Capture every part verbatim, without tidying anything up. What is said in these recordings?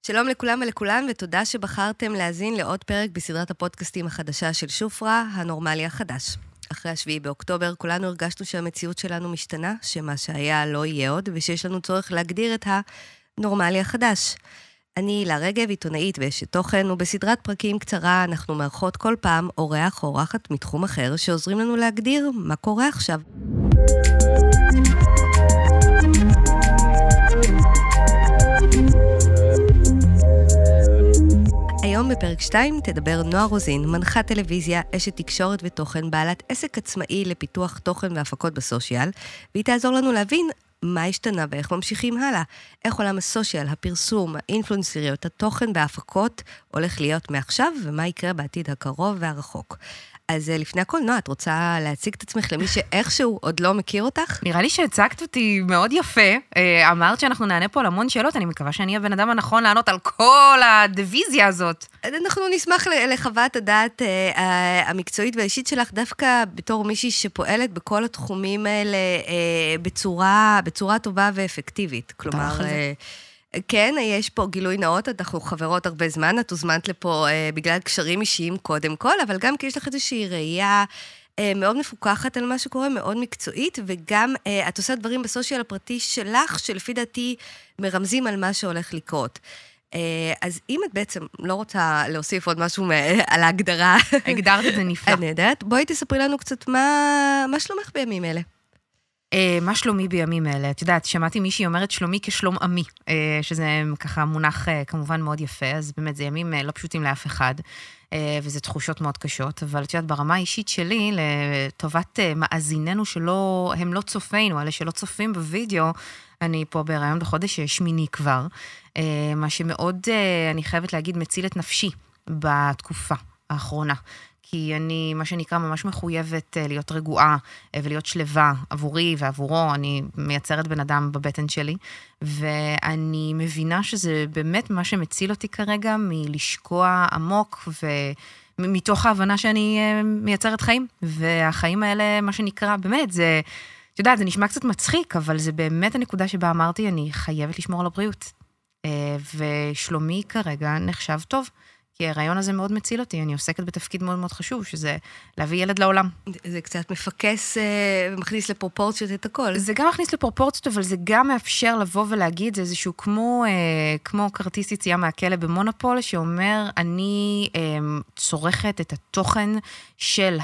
שלום לכולם ולכולם, ותודה שבחרתם להאזין לעוד פרק בסדרת הפודקאסטים החדשה של שופרה, הנורמלי החדש. אחרי השביעי באוקטובר, כולנו הרגשנו שהמציאות שלנו משתנה, שמה שהיה לא יהיה עוד, ושיש לנו צורך להגדיר את הנורמלי החדש. אני הילה רגב, עיתונאית ואשת תוכן, ובסדרת פרקים קצרה אנחנו מארחות כל פעם אורח או אורחת מתחום אחר, שעוזרים לנו להגדיר מה קורה עכשיו. היום בפרק שתיים תדבר נועה רוזין, מנחת טלוויזיה, אשת תקשורת ותוכן, בעלת עסק עצמאי לפיתוח תוכן והפקות בסושיאל, והיא תעזור לנו להבין מה השתנה ואיך ממשיכים הלאה, איך עולם הסושיאל, הפרסום, האינפלואנסריות, התוכן וההפקות הולך להיות מעכשיו, ומה יקרה בעתיד הקרוב והרחוק. אז לפני הכל, נועה, את רוצה להציג את עצמך למי שאיכשהו עוד לא מכיר אותך? נראה לי שהצגת אותי מאוד יפה. אמרת שאנחנו נענה פה על המון שאלות, אני מקווה שאני הבן אדם הנכון לענות על כל הדיוויזיה הזאת. אנחנו נשמח לחוות הדעת המקצועית והאישית שלך, דווקא בתור מישהי שפועלת בכל התחומים האלה בצורה, בצורה טובה ואפקטיבית. כלומר, כן, יש פה גילוי נאות, אנחנו חברות הרבה זמן, את הוזמנת לפה אה, בגלל קשרים אישיים קודם כל, אבל גם כי יש לך איזושהי ראייה אה, מאוד מפוקחת על מה שקורה, מאוד מקצועית, וגם אה, את עושה דברים בסושיאל הפרטי שלך, שלפי דעתי מרמזים על מה שהולך לקרות. אה, אז אם את בעצם לא רוצה להוסיף עוד משהו על ההגדרה, הגדרת את זה נפלא. אני יודעת, בואי תספרי לנו קצת מה, מה שלומך בימים אלה. מה שלומי בימים אלה? את יודעת, שמעתי מישהי אומרת שלומי כשלום עמי, שזה ככה מונח כמובן מאוד יפה, אז באמת זה ימים לא פשוטים לאף אחד, וזה תחושות מאוד קשות, אבל את יודעת, ברמה האישית שלי, לטובת מאזיננו שלא, הם לא צופינו, אלה שלא צופים בווידאו, אני פה בהיריון בחודש שמיני כבר, מה שמאוד, אני חייבת להגיד, מציל את נפשי בתקופה האחרונה. כי אני, מה שנקרא, ממש מחויבת להיות רגועה ולהיות שלווה עבורי ועבורו. אני מייצרת בן אדם בבטן שלי, ואני מבינה שזה באמת מה שמציל אותי כרגע מלשקוע עמוק, ומתוך ההבנה שאני מייצרת חיים. והחיים האלה, מה שנקרא, באמת, זה, אתה יודע, זה נשמע קצת מצחיק, אבל זה באמת הנקודה שבה אמרתי, אני חייבת לשמור על הבריאות. ושלומי כרגע נחשב טוב. כי הרעיון הזה מאוד מציל אותי, אני עוסקת בתפקיד מאוד מאוד חשוב, שזה להביא ילד לעולם. זה קצת מפקס ומכניס לפרופורציות את הכל. זה גם מכניס לפרופורציות, אבל זה גם מאפשר לבוא ולהגיד, זה איזשהו כמו, כמו כרטיס יציאה מהכלא במונופול, שאומר, אני צורכת את התוכן של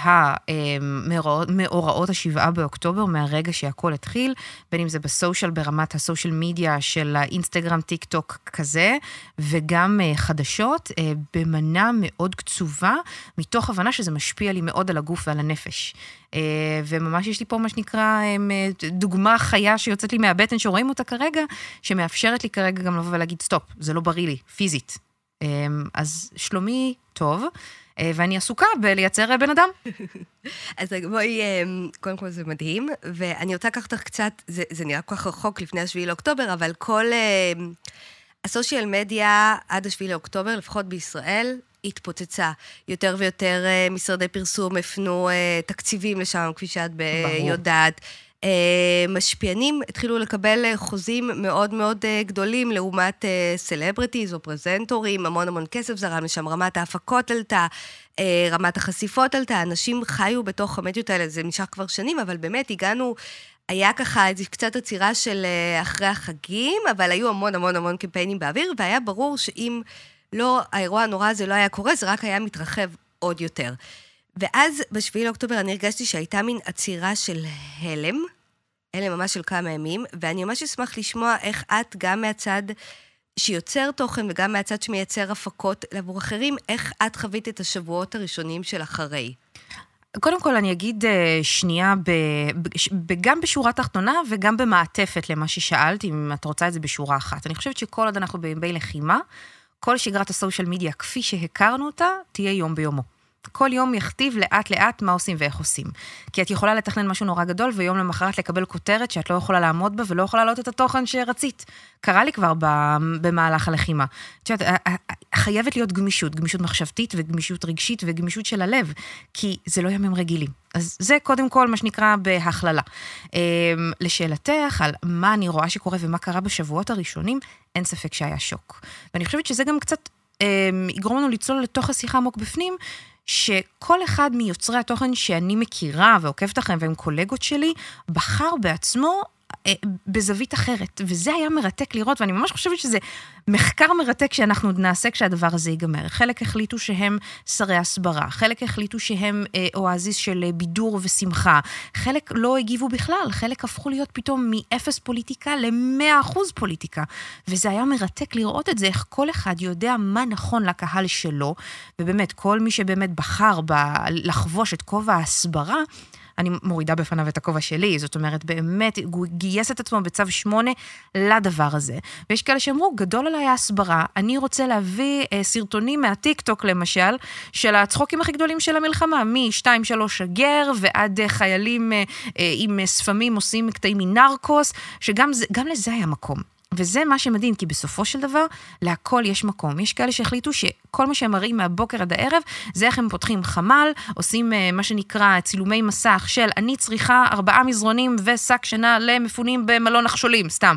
המאורעות השבעה באוקטובר, מהרגע שהכל התחיל, בין אם זה בסושיאל, ברמת הסושיאל מדיה של האינסטגרם, טיק טוק כזה, וגם חדשות, במנה מאוד קצובה, מתוך הבנה שזה משפיע לי מאוד על הגוף ועל הנפש. וממש יש לי פה מה שנקרא דוגמה חיה שיוצאת לי מהבטן, שרואים אותה כרגע, שמאפשרת לי כרגע גם לבוא ולהגיד, סטופ, זה לא בריא לי, פיזית. אז שלומי טוב, ואני עסוקה בלייצר בן אדם. אז בואי, קודם כל זה מדהים, ואני רוצה לקחת לך קצת, זה, זה נראה כל כך רחוק לפני השביעי לאוקטובר, אבל כל הסושיאל מדיה עד השביעי לאוקטובר, לפחות בישראל, התפוצצה. יותר ויותר משרדי פרסום הפנו תקציבים לשם, כפי שאת יודעת. משפיענים התחילו לקבל חוזים מאוד מאוד גדולים, לעומת סלבריטיז או פרזנטורים, המון המון כסף זרם לשם, רמת ההפקות עלתה, רמת החשיפות עלתה, אנשים חיו בתוך המדיות האלה, זה נשאר כבר שנים, אבל באמת הגענו, היה ככה איזו קצת עצירה של אחרי החגים, אבל היו המון המון המון קמפיינים באוויר, והיה ברור שאם לא, האירוע הנורא הזה לא היה קורה, זה רק היה מתרחב עוד יותר. ואז בשביעי לאוקטובר אני הרגשתי שהייתה מין עצירה של הלם, הלם ממש של כמה ימים, ואני ממש אשמח לשמוע איך את גם מהצד שיוצר תוכן וגם מהצד שמייצר הפקות לעבור אחרים, איך את חווית את השבועות הראשונים של אחרי. קודם כל אני אגיד שנייה, גם בשורה תחתונה וגם במעטפת למה ששאלת, אם את רוצה את זה בשורה אחת. אני חושבת שכל עוד אנחנו בימי לחימה, כל שגרת הסושיאל מדיה כפי שהכרנו אותה, תהיה יום ביומו. כל יום יכתיב לאט לאט מה עושים ואיך עושים. כי את יכולה לתכנן משהו נורא גדול, ויום למחרת לקבל כותרת שאת לא יכולה לעמוד בה, ולא יכולה לעלות את התוכן שרצית. קרה לי כבר במהלך הלחימה. חייבת להיות גמישות, גמישות מחשבתית וגמישות רגשית וגמישות של הלב, כי זה לא ימים רגילים. אז זה קודם כל מה שנקרא בהכללה. לשאלתך על מה אני רואה שקורה ומה קרה בשבועות הראשונים, אין ספק שהיה שוק. ואני חושבת שזה גם קצת יגרום לנו לצלול לתוך השיחה עמוק בפנים, שכל אחד מיוצרי התוכן שאני מכירה ועוקבת לכם והם קולגות שלי, בחר בעצמו בזווית אחרת, וזה היה מרתק לראות, ואני ממש חושבת שזה מחקר מרתק שאנחנו נעשה כשהדבר הזה ייגמר. חלק החליטו שהם שרי הסברה, חלק החליטו שהם אואזיס של בידור ושמחה, חלק לא הגיבו בכלל, חלק הפכו להיות פתאום מ-אפס פוליטיקה ל-מאה אחוז פוליטיקה, וזה היה מרתק לראות את זה, איך כל אחד יודע מה נכון לקהל שלו, ובאמת, כל מי שבאמת בחר ב- לחבוש את כובע ההסברה, אני מורידה בפניו את הכובע שלי, זאת אומרת, באמת, הוא גייס את עצמו בצו שמונה לדבר הזה. ויש כאלה שאמרו, גדול עליי ההסברה, אני רוצה להביא אה, סרטונים מהטיק-טוק, למשל, של הצחוקים הכי גדולים של המלחמה, מ-שתיים שלוש הגר, ועד אה, חיילים אה, אה, עם אה, ספמים עושים מקטעים מנרקוס, שגם זה, גם לזה היה מקום. וזה מה שמדהים, כי בסופו של דבר, להכל יש מקום. יש כאלה שהחליטו שכל מה שהם מראים מהבוקר עד הערב, זה איך הם פותחים חמל, עושים מה שנקרא צילומי מסך של אני צריכה ארבעה מזרונים ושק שינה למפונים במלון נחשולים, סתם.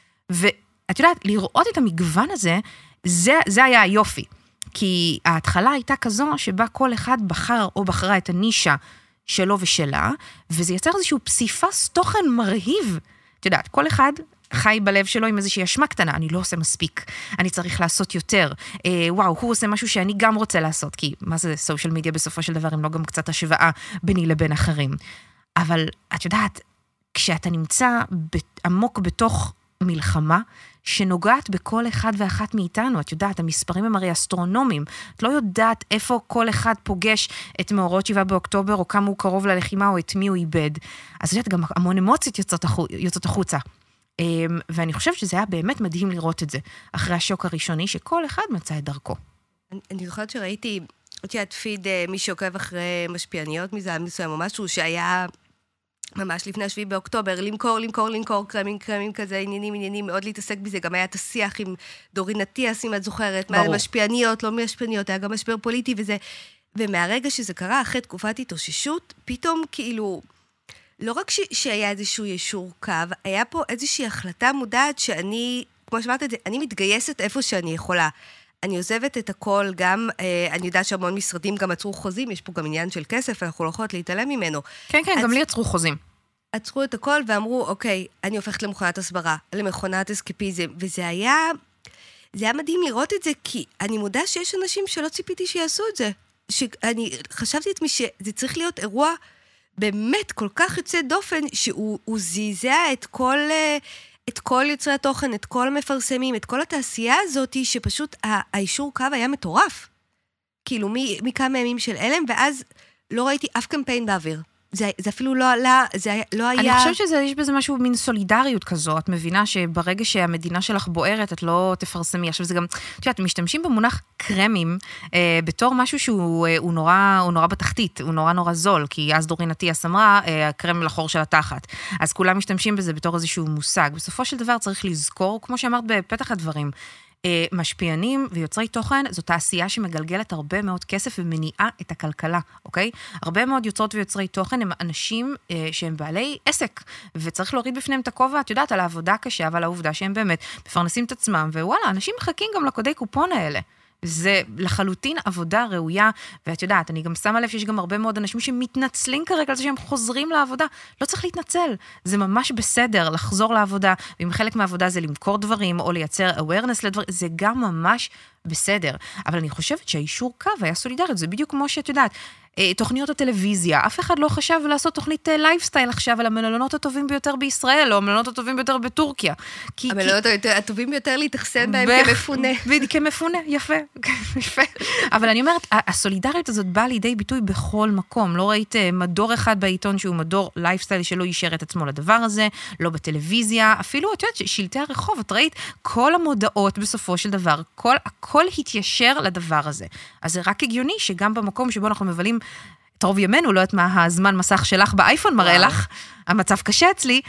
ואת יודעת, לראות את המגוון הזה, זה, זה היה היופי. כי ההתחלה הייתה כזו שבה כל אחד בחר או בחרה את הנישה שלו ושלה, וזה יצר איזשהו פסיפס תוכן מרהיב. את יודעת, כל אחד חי בלב שלו עם איזושהי אשמה קטנה, אני לא עושה מספיק, אני צריך לעשות יותר, אה, וואו, הוא עושה משהו שאני גם רוצה לעשות, כי מה זה סושיאל מדיה בסופו של דבר, אם לא גם קצת השוואה ביני לבין אחרים. אבל את יודעת, כשאתה נמצא עמוק בתוך מלחמה, שנוגעת בכל אחד ואחת מאיתנו, את יודעת, המספרים הם הרי אסטרונומיים, את לא יודעת איפה כל אחד פוגש את מאורעות שבעה באוקטובר, או כמה הוא קרוב ללחימה, או את מי הוא איבד. אז את יודעת, גם המון אמוציות יוצאות, יוצאות החוצה. ואני חושבת שזה היה באמת מדהים לראות את זה, אחרי השוק הראשוני, שכל אחד מצא את דרכו. אני, אני זוכרת שראיתי, אותי את פיד, מי שעוקב אחרי משפיעניות מזהב מסוים, או משהו שהיה ממש לפני השביעי באוקטובר, למכור, למכור, למכור, קרמים, קרמים כזה, עניינים, עניינים, מאוד להתעסק בזה, גם היה את השיח עם דורין אטיאס, אם את זוכרת, מה משפיעניות, לא משפיעניות, היה גם משבר פוליטי וזה, ומהרגע שזה קרה, אחרי תקופת התאוששות, פתאום כאילו, לא רק ש- שהיה איזשהו ישור קו, היה פה איזושהי החלטה מודעת שאני, כמו שאמרת את זה, אני מתגייסת איפה שאני יכולה. אני עוזבת את הכל, גם, אה, אני יודעת שהמון משרדים גם עצרו חוזים, יש פה גם עניין של כסף, אנחנו לא יכולות להתעלם ממנו. כן, כן, עצ... גם לי עצרו חוזים. עצרו את הכל ואמרו, אוקיי, אני הופכת למכונת הסברה, למכונת אסקפיזם, וזה היה, זה היה מדהים לראות את זה, כי אני מודה שיש אנשים שלא ציפיתי שיעשו את זה. שאני חשבתי את מי שזה צריך להיות אירוע באמת כל כך יוצא דופן, שהוא זיזע את כל, את כל יוצרי התוכן, את כל המפרסמים, את כל התעשייה הזאת, שפשוט האישור קו היה מטורף. כאילו, מכמה ימים של אלם, ואז לא ראיתי אף קמפיין באוויר. זה, זה אפילו לא עלה, זה לא היה... אני חושבת שיש בזה משהו מין סולידריות כזו, את מבינה שברגע שהמדינה שלך בוערת, את לא תפרסמי. עכשיו זה גם, תשעת, משתמשים במונח קרמים, אה, בתור משהו שהוא הוא נורא, הוא נורא בתחתית, הוא נורא נורא זול, כי אז דורין אטיאס אמרה, אה, הקרם לחור של התחת. אז כולם משתמשים בזה בתור איזשהו מושג. בסופו של דבר צריך לזכור, כמו שאמרת בפתח הדברים, משפיענים ויוצרי תוכן, זו תעשייה שמגלגלת הרבה מאוד כסף ומניעה את הכלכלה, אוקיי? הרבה מאוד יוצרות ויוצרי תוכן הם אנשים אה, שהם בעלי עסק, וצריך להוריד בפניהם את הכובע, את יודעת, על העבודה הקשה ועל העובדה שהם באמת מפרנסים את עצמם, ווואלה, אנשים מחכים גם לקודי קופון האלה. זה לחלוטין עבודה ראויה, ואת יודעת, אני גם שמה לב שיש גם הרבה מאוד אנשים שמתנצלים כרגע על זה שהם חוזרים לעבודה. לא צריך להתנצל, זה ממש בסדר לחזור לעבודה, ואם חלק מהעבודה זה למכור דברים, או לייצר awareness לדברים, זה גם ממש בסדר. אבל אני חושבת שהאישור קו היה סולידריות, זה בדיוק כמו שאת יודעת, תוכניות הטלוויזיה, אף אחד לא חשב לעשות תוכנית לייפסטייל עכשיו על המלונות הטובים ביותר בישראל, או המלונות הטובים ביותר בטורקיה. המלונות הטובים ביותר להתאכסן בהם כמפונה. כמפונה, יפה, יפה. אבל אני אומרת, הסולידריות הזאת באה לידי ביטוי בכל מקום. לא ראית מדור אחד בעיתון שהוא מדור לייפסטייל שלא יישר את עצמו לדבר הזה, לא בטלוויזיה, אפילו, את יודעת, שלטי הרחוב, את ראית כל המודעות בסופו של דבר, כל, הכל התיישר לדבר הזה. אז זה רק הגיוני שגם במקום שבו אנחנו מבלים את רוב ימינו, לא יודעת מה הזמן מסך שלך באייפון מראה לך, המצב קשה אצלי,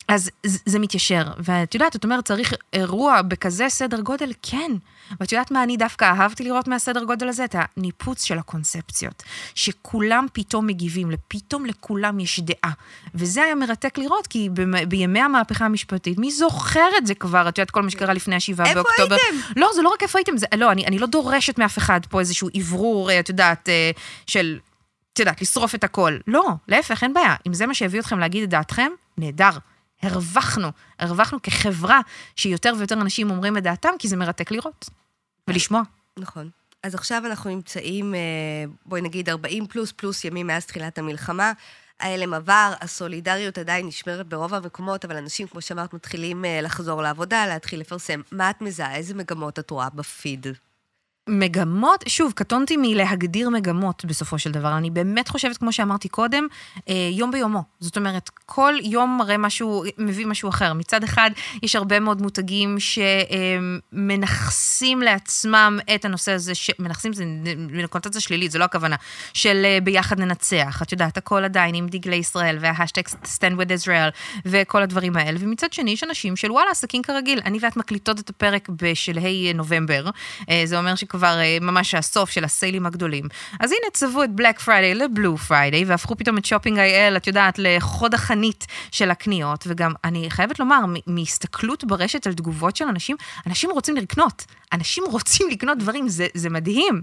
אז זה מתיישר, ואת יודעת, את אומרת, צריך אירוע בכזה סדר גודל, כן. ואת יודעת מה אני דווקא אהבתי לראות מהסדר גודל הזה? את הניפוץ של הקונספציות, שכולם פתאום מגיבים, פתאום לכולם יש דעה. וזה היה מרתק לראות, כי ב- בימי המהפכה המשפטית, מי זוכר את זה כבר? את יודעת, כל מה שקרה לפני השבעה באוקטובר. איפה הייתם? לא, זה לא רק איפה הייתם, זה, לא, אני, אני לא דורשת מאף אחד פה איזשהו עברור, את יודעת, של, את יודעת, לשרוף את הכל. לא, להפך, אין בעיה. אם זה מה שהביא אתכם להגיד את דעתכם, נהדר. הרווחנו, הרווחנו כחברה שיותר ויותר אנשים אומרים את דעתם, כי זה מרתק לראות ולשמוע. נכון. אז עכשיו אנחנו נמצאים, בואי נגיד, ארבעים פלוס פלוס ימים מאז תחילת המלחמה. ההלם עבר, הסולידריות עדיין נשמרת ברוב המקומות, אבל אנשים, כמו שאמרת, מתחילים לחזור לעבודה, להתחיל לפרסם. מה את מזהה? איזה מגמות את רואה בפיד? מגמות, שוב, קטונתי מלהגדיר מגמות בסופו של דבר. אני באמת חושבת, כמו שאמרתי קודם, יום ביומו. זאת אומרת, כל יום מראה משהו, מביא משהו אחר. מצד אחד, יש הרבה מאוד מותגים שמנחסים לעצמם את הנושא הזה, מנחסים זה קונוטציה שלילית, זה לא הכוונה, של ביחד ננצח. את יודעת, הכל עדיין עם דגלי ישראל, וההשטג Stand with Israel, וכל הדברים האלה. ומצד שני, יש אנשים של וואלה, עסקים כרגיל. אני ואת מקליטות את הפרק בשלהי נובמבר. זה אומר ש כבר ממש הסוף של הסיילים הגדולים. אז הנה צבו את בלק פריידיי לבלו פריידיי, והפכו פתאום את שופינג איי אל, את יודעת, לחוד החנית של הקניות, וגם אני חייבת לומר, מהסתכלות ברשת על תגובות של אנשים, אנשים רוצים לקנות, אנשים רוצים לקנות דברים, זה, זה מדהים.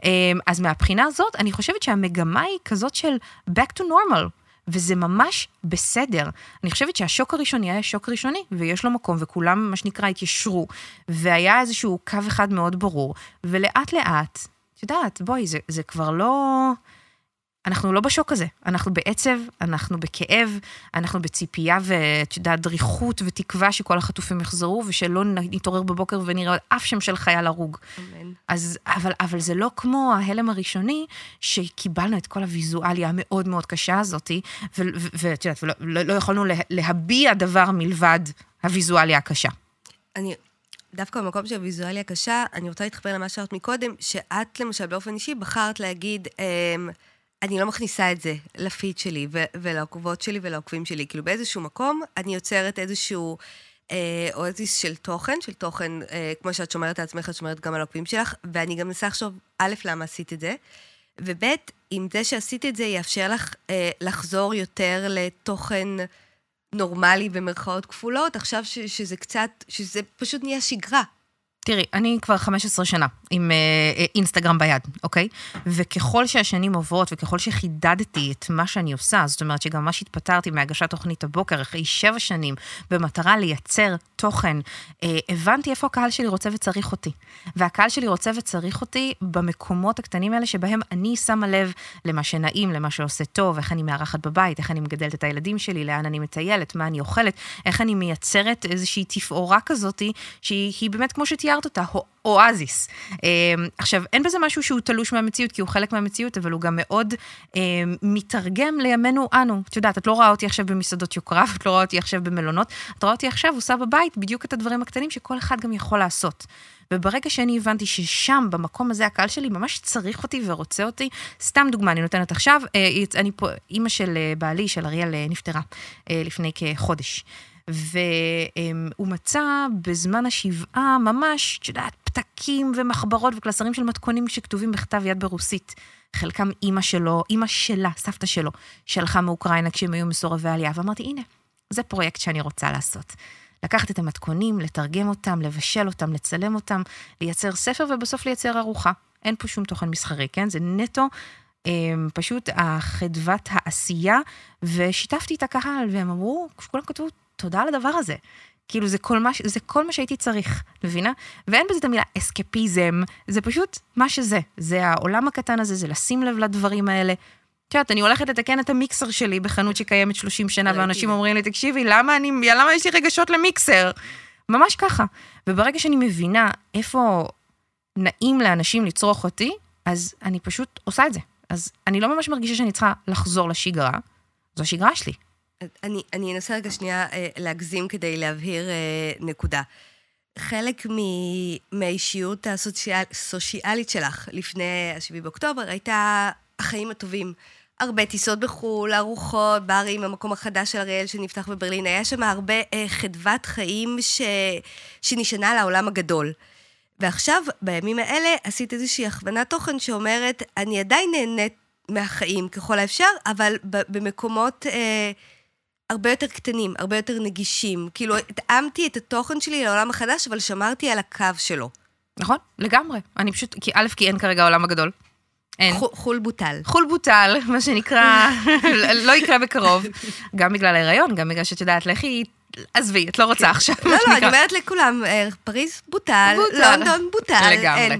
אז מהבחינה הזאת, אני חושבת שהמגמה היא כזאת של back to normal, וזה ממש בסדר. אני חושבת שהשוק הראשוני היה שוק ראשוני, ויש לו מקום, וכולם, מה שנקרא, התיישרו, והיה איזשהו קו אחד מאוד ברור, ולאט לאט, את יודעת, בואי, זה, זה כבר לא... אנחנו לא בשוק הזה, אנחנו בעצב, אנחנו בכאב, אנחנו בציפייה ואת יודעת, דריכות ותקווה שכל החטופים יחזרו, ושלא נתעורר בבוקר ונראה אף שם של חייל הרוג. אמן. אז, אבל, אבל זה לא כמו ההלם הראשוני, שקיבלנו את כל הוויזואליה המאוד מאוד קשה הזאת, ואת יודעת, ולא, לא, לא יכולנו להביע דבר מלבד הוויזואליה הקשה. אני... דווקא במקום של הוויזואליה הקשה, אני רוצה להתחבר למה שאמרת מקודם, שאת למשל באופן אישי בחרת להגיד, אני לא מכניסה את זה לפיד שלי, ולעוקבות שלי ולעוקבים שלי. כאילו באיזשהו מקום, אני יוצרת איזשהו אוזיס של תוכן, של תוכן, כמו שאת שומרת על עצמך, את שומרת גם על העוקבים שלך, ואני גם מנסה לחשוב, א', למה עשית את זה, וב', אם זה שעשית את זה, יאפשר לך לחזור יותר לתוכן נורמלי במרכאות כפולות, עכשיו שזה קצת, שזה פשוט נהיה שגרה. תראי, אני כבר חמש עשרה שנה עם אה, אינסטגרם ביד, אוקיי? וככל שהשנים עוברות, וככל שחידדתי את מה שאני עושה, זאת אומרת שגם מה שהתפטרתי מהגשת תוכנית הבוקר, אחרי שבע שנים, במטרה לייצר תוכן, אה, הבנתי איפה הקהל שלי רוצה וצריך אותי. והקהל שלי רוצה וצריך אותי במקומות הקטנים האלה, שבהם אני שמה לב למה שנעים, למה שעושה טוב, איך אני מארחת בבית, איך אני מגדלת את הילדים שלי, לאן אני מטיילת, מה אני אוכלת, איך אני מייצרת איזושהי תפאורה כזאת, שהיא באמת כמו שתיארת אותה, אואזיס. עכשיו, אין בזה משהו שהוא תלוש מהמציאות, כי הוא חלק מהמציאות, אבל הוא גם מאוד מתרגם לימינו אנו. את יודעת, את לא רואה אותי עכשיו במסעדות יוקרה, את לא רואה אותי עכשיו במלונות, את רואה אותי עכשיו עושה בבית בדיוק את הדברים הקטנים שכל אחד גם יכול לעשות. וברגע שאני הבנתי ששם, במקום הזה, הקהל שלי ממש צריך אותי ורוצה אותי, סתם דוגמה, אני נותנת עכשיו, אני פה, אמא של בעלי, של אריאל, נפטרה לפני כחודש. והוא מצא בזמן השבעה ממש, שדעת, פתקים ומחברות וקלסרים של מתכונים שכתובים בכתב יד ברוסית. חלקם אמא שלו, אמא שלה, סבתא שלו, שלחה מאוקראינה כשהם היו מסורבי עלייה, ואמרתי, הנה, זה פרויקט שאני רוצה לעשות. לקחת את המתכונים, לתרגם אותם, לבשל אותם, לצלם אותם, לייצר ספר ובסוף לייצר ארוחה. אין פה שום תוכן מסחרי, כן? זה נטו, פשוט החדוות העשייה, ושיתפתי את הקהל, והם אמרו, כולם כתבו, תודה על הדבר הזה. כאילו, זה כל מה, זה כל מה שהייתי צריך, מבינה? ואין בזה את המילה אסקפיזם, זה פשוט מה שזה. זה העולם הקטן הזה, זה לשים לב לדברים האלה. תשעת, אני הולכת לתקן את המיקסר שלי בחנות שקיימת שלושים שנה, ואנשים אומרים לי, תקשיבי, למה אני, למה יש לי רגשות למיקסר? ממש ככה. וברגע שאני מבינה איפה נעים לאנשים לצרוך אותי, אז אני פשוט עושה את זה. אז אני לא ממש מרגישה שאני צריכה לחזור לשגרה, זו השגרה שלי. אני, אני אנסה רגע שנייה אה, להגזים כדי להבהיר אה, נקודה. חלק מ- מהאישיות הסוציאל, הסוציאלית שלך לפני השביעי באוקטובר הייתה החיים הטובים, הרבה טיסות בחול, ארוחות, ברים, המקום החדש של אריאל שנפתח בברלין, היה שם הרבה אה, חדוות חיים ש... שנשענה לעולם הגדול. ועכשיו, בימים האלה, עשית איזושהי הכוונת תוכן שאומרת, אני עדיין נהנית מהחיים ככל האפשר, אבל במקומות אה, הרבה יותר קטנים, הרבה יותר נגישים. כאילו, התאמתי את התוכן שלי לעולם החדש, אבל שמרתי על הקו שלו. נכון, לגמרי. אני פשוט, כי א', כי אין כרגע העולם הגדול. אין. חול בוטל. חול בוטל, מה שנקרא, לא יקרה בקרוב. גם בגלל ההיריון, גם בגלל שאת יודעת, לכי, עזבי, את לא רוצה עכשיו. לא, לא, אני אומרת לכולם, פריז בוטל, לונדון בוטל. לגמרי.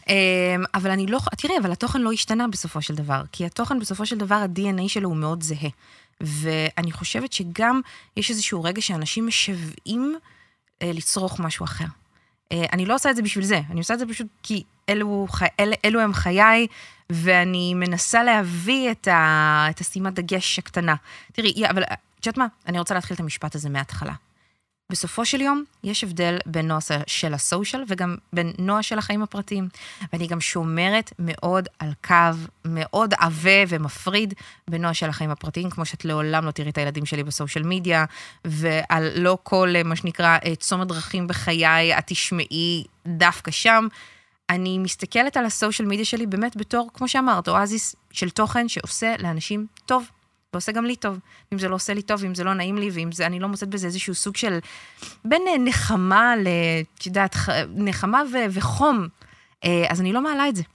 אבל אני לא, תראי, אבל התוכן לא השתנה בסופו של דבר, כי התוכן בסופו של דבר, ה-די אן איי שלו הוא מאוד זהה. ואני חושבת שגם יש איזשהו רגע שאנשים משוועים לצרוך משהו אחר. אני לא עושה את זה בשביל זה, אני עושה את זה פשוט כי אלו, אלו, אלו הם חיי, ואני מנסה להביא את, ה, את השימת דגש הקטנה. תראי, אבל את יודעת מה? אני רוצה להתחיל את המשפט הזה מההתחלה. בסופו של יום, יש הבדל בין נועה של הסושיאל, וגם בין נועה של החיים הפרטיים. ואני גם שומרת מאוד על קו, מאוד עווה ומפריד, בין נועה של החיים הפרטיים, כמו שאת לעולם לא תראי את הילדים שלי בסושיאל מדיה, ועל לא כל, מה שנקרא, צומת דרכים בחיי, את תשמעי דווקא שם. אני מסתכלת על הסושיאל מדיה שלי באמת בתור, כמו שאמרת, אואזיס של תוכן שעושה לאנשים טוב. ועושה גם לי טוב, אם זה לא עושה לי טוב, אם זה לא נעים לי, ואם זה, אני לא מוצאת בזה איזשהו סוג של, בין נחמה ל, תדעת, נחמה ו, וחום, אז אני לא מעלה את זה.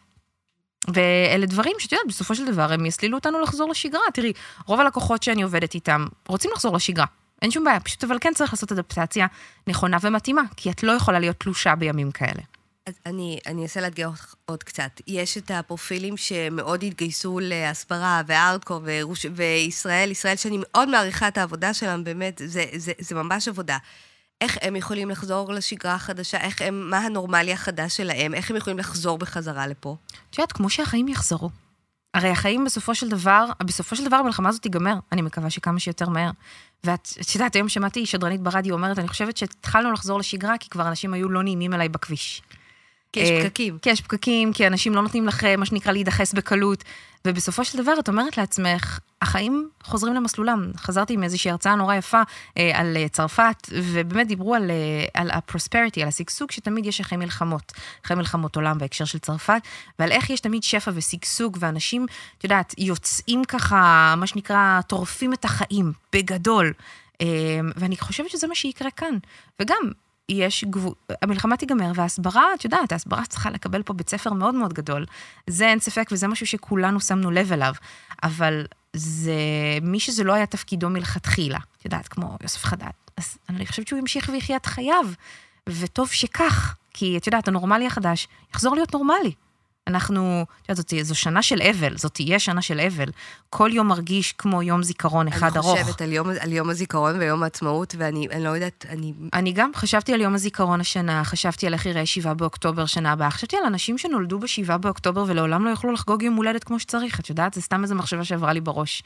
ואלה דברים שתדעת, בסופו של דבר, הם יסלילו אותנו לחזור לשגרה. תראי, רוב הלקוחות שאני עובדת איתם, רוצים לחזור לשגרה. אין שום בעיה, פשוט, אבל כן צריך לעשות אדפטציה נכונה ומתאימה, כי את לא יכולה להיות תלושה בימים כאלה. אז אני, אני אנסה להדגר עוד קצת. יש את הפרופילים שמאוד התגייסו להסברה והארדקור ורוש... וישראל, ישראל שאני מאוד מעריכה את העבודה שלהם, באמת, זה, זה, זה ממש עבודה. איך הם יכולים לחזור לשגרה החדשה, איך הם, מה הנורמלי החדש שלהם, איך הם יכולים לחזור בחזרה לפה? את יודעת, כמו שהחיים יחזרו. הרי החיים בסופו של דבר, בסופו של דבר המלחמה הזאת תיגמר, אני מקווה שכמה שיותר מהר. ואת יודעת, היום שמעתי שדרנית ברדיו אומרת, אני חושבת שהתחלנו לחזור לשגרה, כי כבר אנשים היו לא נעימים אליי בכביש. כי יש פקקים. כי יש פקקים, כי אנשים לא נותנים לך, מה שנקרא, להידחס בקלות, ובסופו של דבר, את אומרת לעצמך, החיים חוזרים למסלולם. חזרתי עם איזושהי הרצאה נורא יפה אה, על צרפת, ובאמת דיברו על, על ה-prosperity, על הסגסוג, שתמיד יש אחרי מלחמות, אחרי מלחמות עולם בהקשר של צרפת, ועל איך יש תמיד שפע וסגסוג, ואנשים, את יודעת, יוצאים ככה, מה שנקרא, טורפים את החיים, בגדול. אה, ואני חושבת שזה מה שיקרה כאן. וגם, יש גבול, המלחמה תיגמר, וההסברה, את יודעת, ההסברה צריכה לקבל פה בית ספר מאוד מאוד גדול. זה אין ספק, וזה משהו שכולנו שמנו לב אליו. אבל זה, מי שזה לא היה תפקידו מלכתחילה, את יודעת, כמו יוסף חדד, אז אני חושבת שהוא ימשיך ויחיה את חייו, וטוב שכך, כי את יודעת, הנורמלי החדש יחזור להיות נורמלי. אנחנו, את יודעת, זאת, זו שנה של אבל, זאת תהיה שנה של אבל. כל יום מרגיש כמו יום זיכרון אחד ארוך. אני חושבת על יום, על יום הזיכרון ויום העצמאות, ואני אני לא יודעת, אני... אני גם חשבתי על יום הזיכרון השנה, חשבתי על איך יראה שבעה באוקטובר שנה הבאה, חשבתי על אנשים שנולדו בשבעה באוקטובר, ולעולם לא יוכלו לחגוג יום הולדת כמו שצריך, את יודעת, זה סתם איזו מחשבה שעברה לי בראש.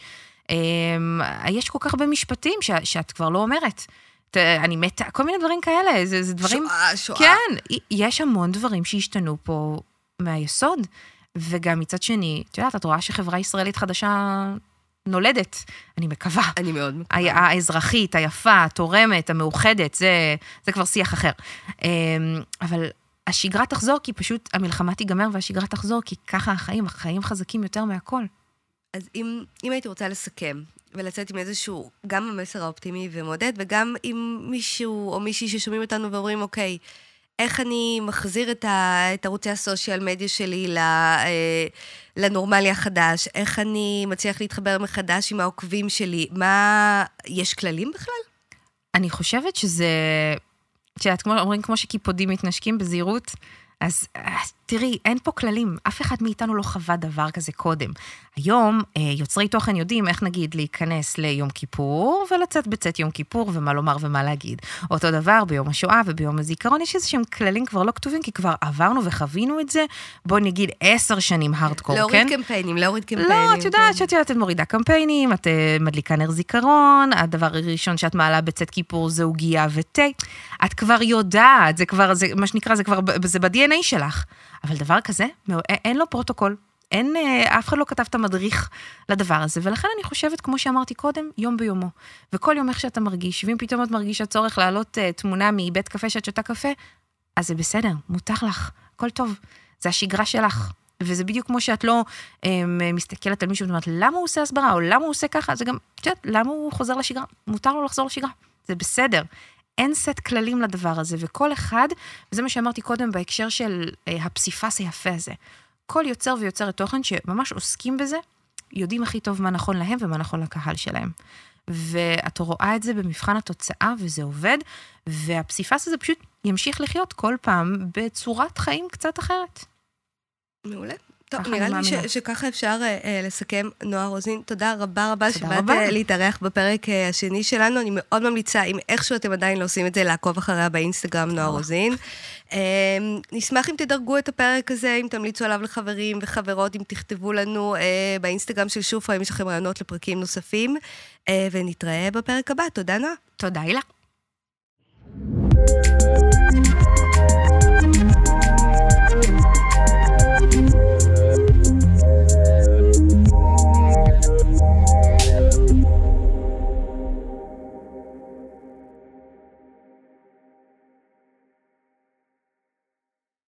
יש כל כך הרבה משפטים ש, שאת כבר לא אומרת. אני מתה, כל מיני דברים כאלה, זה, זה דברים... שואה, שואה. כן, יש המון דברים שהשתנו פה מהיסוד, וגם מצד שני, את יודעת, את רואה שחברה ישראלית חדשה נולדת, אני מקווה. אני מאוד מקווה. האזרחית, היפה, התורמת, המאוחדת, זה, זה כבר שיח אחר. אבל השגרה תחזור, כי פשוט המלחמה תיגמר, והשגרה תחזור, כי ככה החיים, החיים חזקים יותר מהכל. אז אם, אם הייתי רוצה לסכם, ולצאת עם איזשהו, גם המסר האופטימי ומודד, וגם עם מישהו או מישהי ששומעים אותנו ואומרים, אוקיי, איך אני מחזיר את, ה, את ערוצי הסושיאל מדיה שלי לנורמלי החדש, איך אני מצליח להתחבר מחדש עם העוקבים שלי, מה, יש כללים בכלל? אני חושבת שזה, שאת כמו, אומרים כמו שקיפודים מתנשקים בזהירות, אז תראי, אין פה כללים, אף אחד מאיתנו לא חווה דבר כזה קודם. היום יוצרי תוכן יודעים איך נגיד להיכנס ליום כיפור, ולצאת בצאת יום כיפור, ומה לומר ומה להגיד. אותו דבר ביום השואה וביום הזיכרון, יש איזה שהם כללים כבר לא כתובים, כי כבר עברנו וחווינו את זה, בוא נגיד עשר שנים הארדקור, כן? להוריד קמפיינים, להוריד קמפיינים. לא, את יודעת שאת יודעת, את מורידה קמפיינים, את מדליקה נר זיכרון, הדבר הראשון שאת מעלה בצאת כיפור זה עוגיה ותה. את כבר יודעת, זה כבר, זה, מה שנקרא, זה כבר, זה ב-די אן איי שלך. אבל דבר כזה, אין לו פרוטוקול, אין, אף אחד לא כתב את המדריך לדבר הזה, ולכן אני חושבת, כמו שאמרתי קודם, יום ביומו. וכל יום איך שאתה מרגיש, ואם פתאום את מרגיש הצורך להעלות תמונה מבית קפה שאת שותה קפה, אז זה בסדר, מותר לך, הכל טוב. זה השגרה שלך. וזה בדיוק כמו שאת לא um, מסתכלת על מישהו, ואומרת, למה הוא עושה הסברה, או למה הוא עושה ככה, זה גם, תשעת, למה הוא חוזר לשגרה? מותר לו לחזור לשגרה. זה בסדר. אין סט כללים לדבר הזה, וכל אחד, וזה מה שאמרתי קודם בהקשר של uh, הפסיפס היפה הזה, כל יוצר ויוצרת תוכן שממש עוסקים בזה, יודעים הכי טוב מה נכון להם ומה נכון לקהל שלהם. ואת רואה את זה במבחן התוצאה, וזה עובד, והפסיפס הזה פשוט ימשיך לחיות כל פעם בצורת חיים קצת אחרת. מעולה. טוב, נראה לי ש- שככה אפשר uh, לסכם. נועה רוזין, תודה רבה רבה שבאת להתארח בפרק uh, השני שלנו. אני מאוד ממליצה, אם איכשהו אתם עדיין לא עושים את זה, לעקוב אחריה באינסטגרם, נועה רוזין. Uh, נשמח אם תדרגו את הפרק הזה, אם תמליצו עליו לחברים וחברות, אם תכתבו לנו uh, באינסטגרם של שופרה, אם יש לכם רעיונות לפרקים נוספים, uh, ונתראה בפרק הבא. תודה, נועה. תודה, הילה.